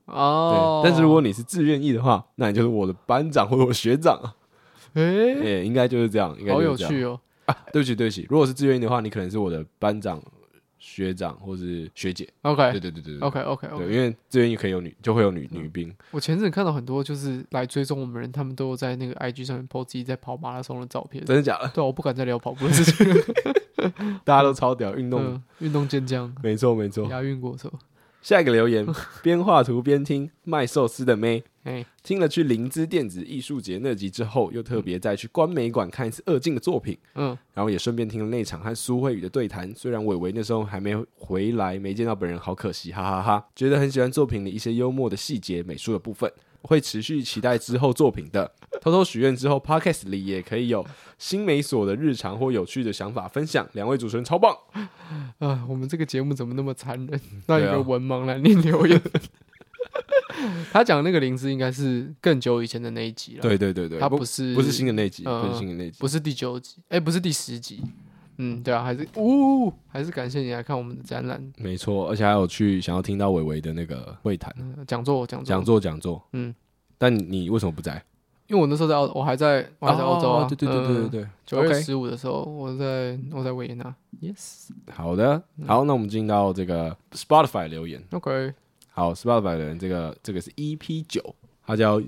哦， 对，但是如果你是自愿意的话，那你就是我的班长或者我学长啊。应该就是这样，应该就是这样。 好有趣哦！ 对不起，如果是自愿意的话，你可能是我的班长、学长或是学姐。 OK， 对 OK， 对，因为自愿意可以有就会有女兵。 我前阵看到很多就是来追踪我们人，他们都有在那个 IG 上面 po 自己在跑马拉松的照片。 真的假的？ 对，我不敢再聊跑步的事情。 大家都超屌，运动健将， 没错， 亚运国手。 下一个留言，边画图边听卖寿司的妹，听了去灵芝电子艺术节那集之后，又特别再去观美馆看一次二进的作品，然后也顺便听了那场和苏慧宇的对谈。虽然伟伟那时候还没回来，没见到本人，好可惜，哈哈哈。觉得很喜欢作品里一些幽默的细节、美术的部分，会持续期待之后作品的。偷偷许愿之后 ，Podcast 里也可以有新美所的日常或有趣的想法分享。两位主持人超棒！ 我们这个节目怎么那么残忍？让一个文盲来念留言。他讲那个灵芝应该是更久以前的那一集了。 对， 他不是新的那集，不是新的那集， 不是第9集，不是第10集。对啊，还是感谢你来看我们的展览。 没错，而且还有去想要听到伟伟的那个会谈、 讲座。 但你为什么不在？ 因为我那时候我还在澳洲啊。 对 9月15的时候，我在维也纳。Yes。 好的，好，那我们进到这个 Spotify 留言。 OK。 好 ，Spotify 的人，这个是 EP9，他叫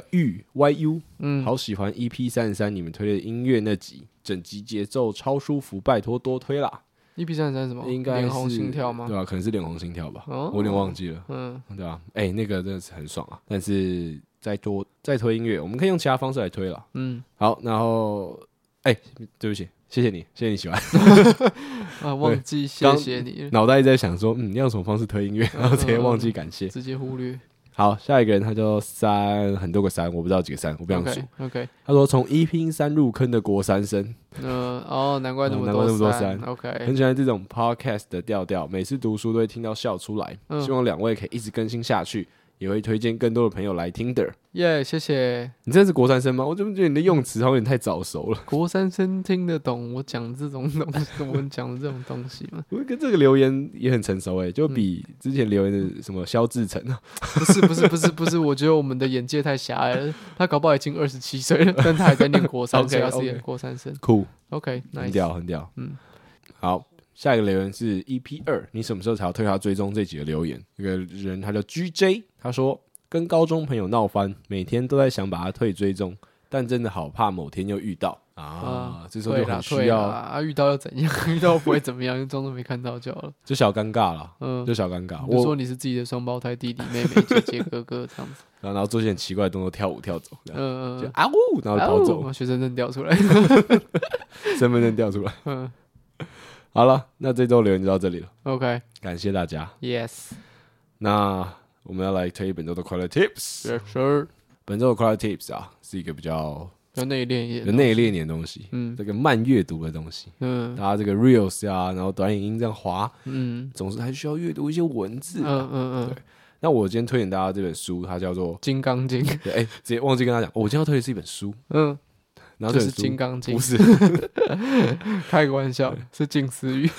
YU，好喜欢 EP33你们推的音乐那集，整集节奏超舒服，拜托多推啦。 EP33是什么？ 应该是脸红心跳吗？ 对啊，可能是脸红心跳吧，我有点忘记了。对啊，那个真的是很爽啊，但是再推音乐，我们可以用其他方式来推了。好，然后对不起，谢谢你喜欢。 忘记谢谢你了， 脑袋一直在想说，要用什么方式推音乐，然后直接忘记感谢， 直接忽略。 好，下一个人他叫3，很多个3，我不知道几个3，我不想数。 OK， 他说从EP3入坑的国3生， 难怪那么多3。OK， 很喜欢这种 podcast 的调调，每次读书都会听到笑出来。希望两位可以一直更新下去，也会推荐更多的朋友来听的。 谢谢。 你真的是国3生吗？我怎么觉得你的用词好像有点太早熟了？ 国3生听得懂我讲这种东西，我们讲的这种东西吗？ 我跟这个留言也很成熟就比之前留言的什么萧志成啊， 不是，我觉得我们的眼界太狭隘了。他搞不好已经27岁了，但他还在念国3，所以他是演国3生。 酷 ，OK， 很屌。好。下一个留言是 EP2，你什么时候才要推他追踪这集的留言？有个人他叫 GJ， 他说跟高中朋友闹翻，每天都在想把他退追踪，但真的好怕某天又遇到这时候就很需要遇到又怎样？遇到不会怎么样，装作没看到就好了， 就小尴尬了，就小尴尬。 我说你是自己的双胞胎弟弟妹妹、姐姐哥哥这样子， 然后做些很奇怪的动作，跳舞跳走，就然后跑走， 学生证掉出来， 身份证掉出来，好了，那这周留言就到这里了。 OK， 感谢大家。 Yes， 那我们要来推本周的快乐 Tips。 Yes sir。 本周的快乐 Tips 是一个比较内敛一点的东西，这个慢阅读的东西，大家这个 Reels 然后短影音这样滑，总是还需要阅读一些文字，对。那我今天推荐大家这本书，它叫做《 金刚经》。 对，直接忘记跟他讲，我今天要推的是一本书，然后就是《金刚经》， 不是， 开个玩笑，是近似语。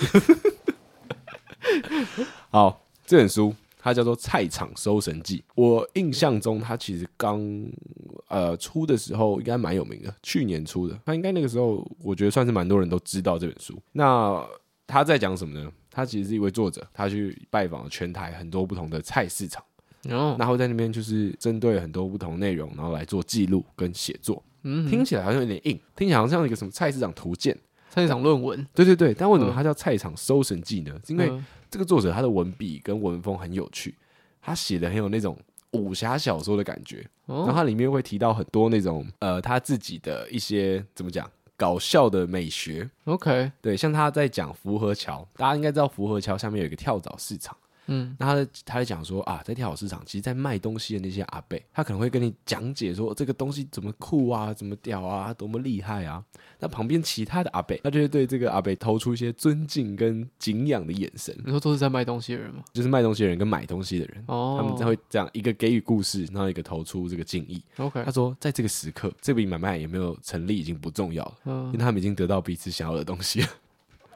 好，这本书它叫做《菜场搜神记》。我印象中，它其实刚出的时候应该蛮有名的，去年出的。它应该那个时候，我觉得算是蛮多人都知道这本书。那他在讲什么呢？他其实是一位作者，他去拜访了全台很多不同的菜市场，然后在那边就是针对很多不同内容，然后来做记录跟写作。听起来好像有点硬，听起来好像一个什么菜市场图鉴、 菜市场论文。 对，但为什么它叫菜场搜神记呢？因为这个作者他的文笔跟文风很有趣，他写的很有那种武侠小说的感觉，然后他里面会提到很多那种他自己的一些怎么讲搞笑的美学。 OK， 对，像他在讲福和桥，大家应该知道福和桥下面有一个跳蚤市场。那他在讲说在跳蚤市场，其实在卖东西的那些阿伯，他可能会跟你讲解说这个东西怎么酷啊，怎么屌啊，多么厉害啊。那旁边其他的阿伯，他就会对这个阿伯投出一些尊敬跟敬仰的眼神。 你说都是在卖东西的人吗？ 就是卖东西的人跟买东西的人，他们会这样一个给予故事，然后一个投出这个敬意。 OK， 他说在这个时刻，这笔买卖有没有成立已经不重要了，因为他们已经得到彼此想要的东西了。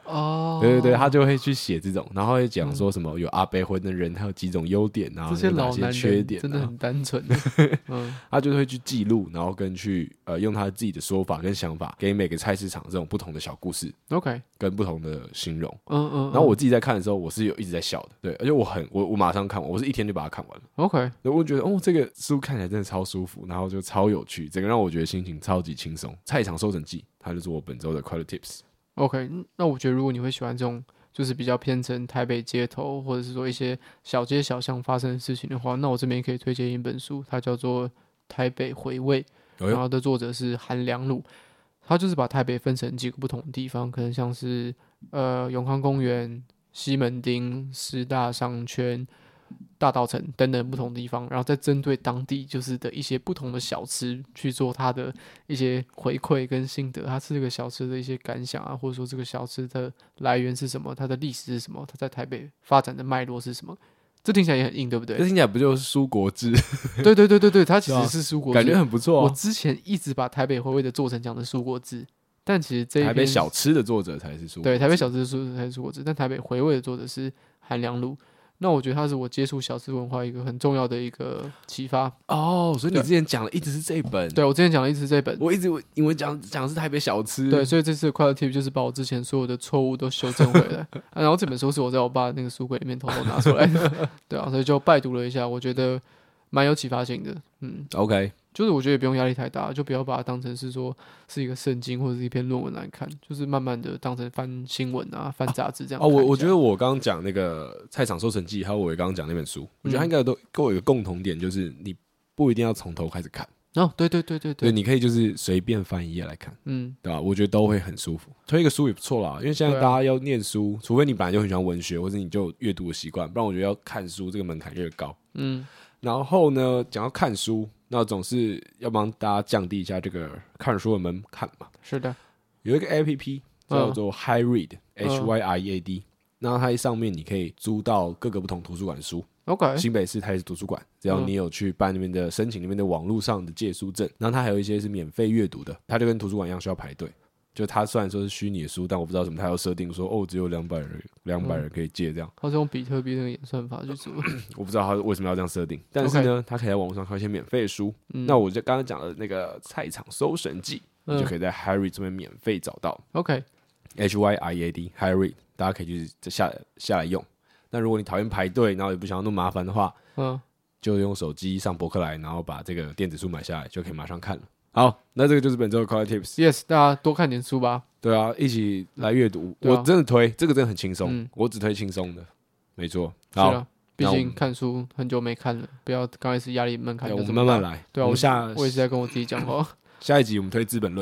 哦， 对对对，他就会去写这种，然后会讲说什么有阿伯魂的人，他有几种优点啊， 这些老男人缺点、啊， 真的很单纯。 他就会去记录，然后跟去用他自己的说法跟想法，给每个菜市场这种不同的小故事 ，OK， 跟不同的形容。 然后我自己在看的时候，我是有一直在笑的，对，而且我马上看完，我是一天就把它看完了。 OK， 我觉得这个书看起来真的超舒服，然后就超有趣，整个让我觉得心情超级轻松。菜场收成记，它就是我本周的快乐 Tips。 OK， 那我觉得如果你会喜欢这种就是比较偏成台北街头或者是说一些小街小巷发生的事情的话，那我这边可以推荐一本书，它叫做《台北回味》，然后的作者是韩良鲁。他就是把台北分成几个不同的地方，可能像是永康公园、西门町、师大商圈、大稻埕等等不同地方，然后再针对当地就是的一些不同的小吃去做他的一些回馈跟心得，他吃这个小吃的一些感想啊，或者说这个小吃的来源是什么，它的历史是什么，它在台北发展的脉络是什么。这听起来也很硬，对不对？ 这听起来不就是蔬果汁？ 对对对对对，它其实是蔬果汁， 感觉很不错、 我之前一直把台北回味的做成讲的蔬果汁，但其实这一篇台北小吃的作者才是蔬果汁。 对，台北小吃的作者才是蔬果汁，但台北回味的作者是韩良鲁。那我觉得他是我接触小吃文化一个很重要的一个启发。 所以你之前讲的一直是这一本。 对，我之前讲的一直是这本， 我一直以为讲的是台北小吃。 对，所以这次的快乐 tip 就是把我之前所有的错误都修正回来。然后这本书是我在我爸那个书柜里面偷偷拿出来的，对啊，所以就拜读了一下，我觉得蛮有启发性的。 OK， 就是我觉得也不用压力太大，就不要把它当成是说是一个圣经或者是一篇论文来看，就是慢慢的当成翻新闻啊、翻杂志这样。 我觉得我刚刚讲那个菜场收成记，还有我刚刚讲那本书，我觉得它应该都跟我有一个共同点，就是你不一定要从头开始看。 对对对对对，你可以就是随便翻一页来看，对吧？我觉得都会很舒服。推一个书也不错啦，因为现在大家要念书，除非你本来就很喜欢文学，或者你就阅读的习惯，不然我觉得要看书这个门槛越高。然后呢，讲到看书，那总是要帮大家降低一下这个看书的门槛嘛。 是的， 有一个 APP 叫做 HyRead，HYREAD，然后它上面你可以租到各个不同图书馆的书。 OK， 新北市台北市图书馆，只要你有去办那边的申请那边的网络上的借书证，然后它还有一些是免费阅读的，它就跟图书馆一样需要排队。就它虽然说是虚拟的书，但我不知道怎么它要设定说只有200人可以借这样。 它是用比特币那个演算法去做， 我不知道它为什么要这样设定，但是呢，它可以在网络上看一些免费的书。那我就刚刚讲的那个菜场搜神记，你就可以在 HyRead 这边免费找到。HYREAD HyRead， 大家可以就是下来用。那如果你讨厌排队，然后也不想要那么麻烦的话，就用手机上博客来，然后把这个电子书买下来，就可以马上看了。好，那这个就是本周的 Quality Tips。 大家多看点书吧。 对啊，一起来阅读。我真的推这个真的很轻松，我只推轻松的，没错。好， 是啊，毕竟看书很久没看了，不要刚开始压力门槛就这么大。 我们慢慢来。 对啊，我也是在跟我自己讲话。 下一集我们推《资本论》。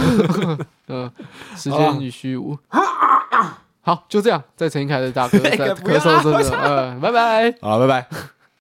时间与虚无。好，就这样。在陈英凯的大哥在咳嗽这个，拜拜。 好，拜拜。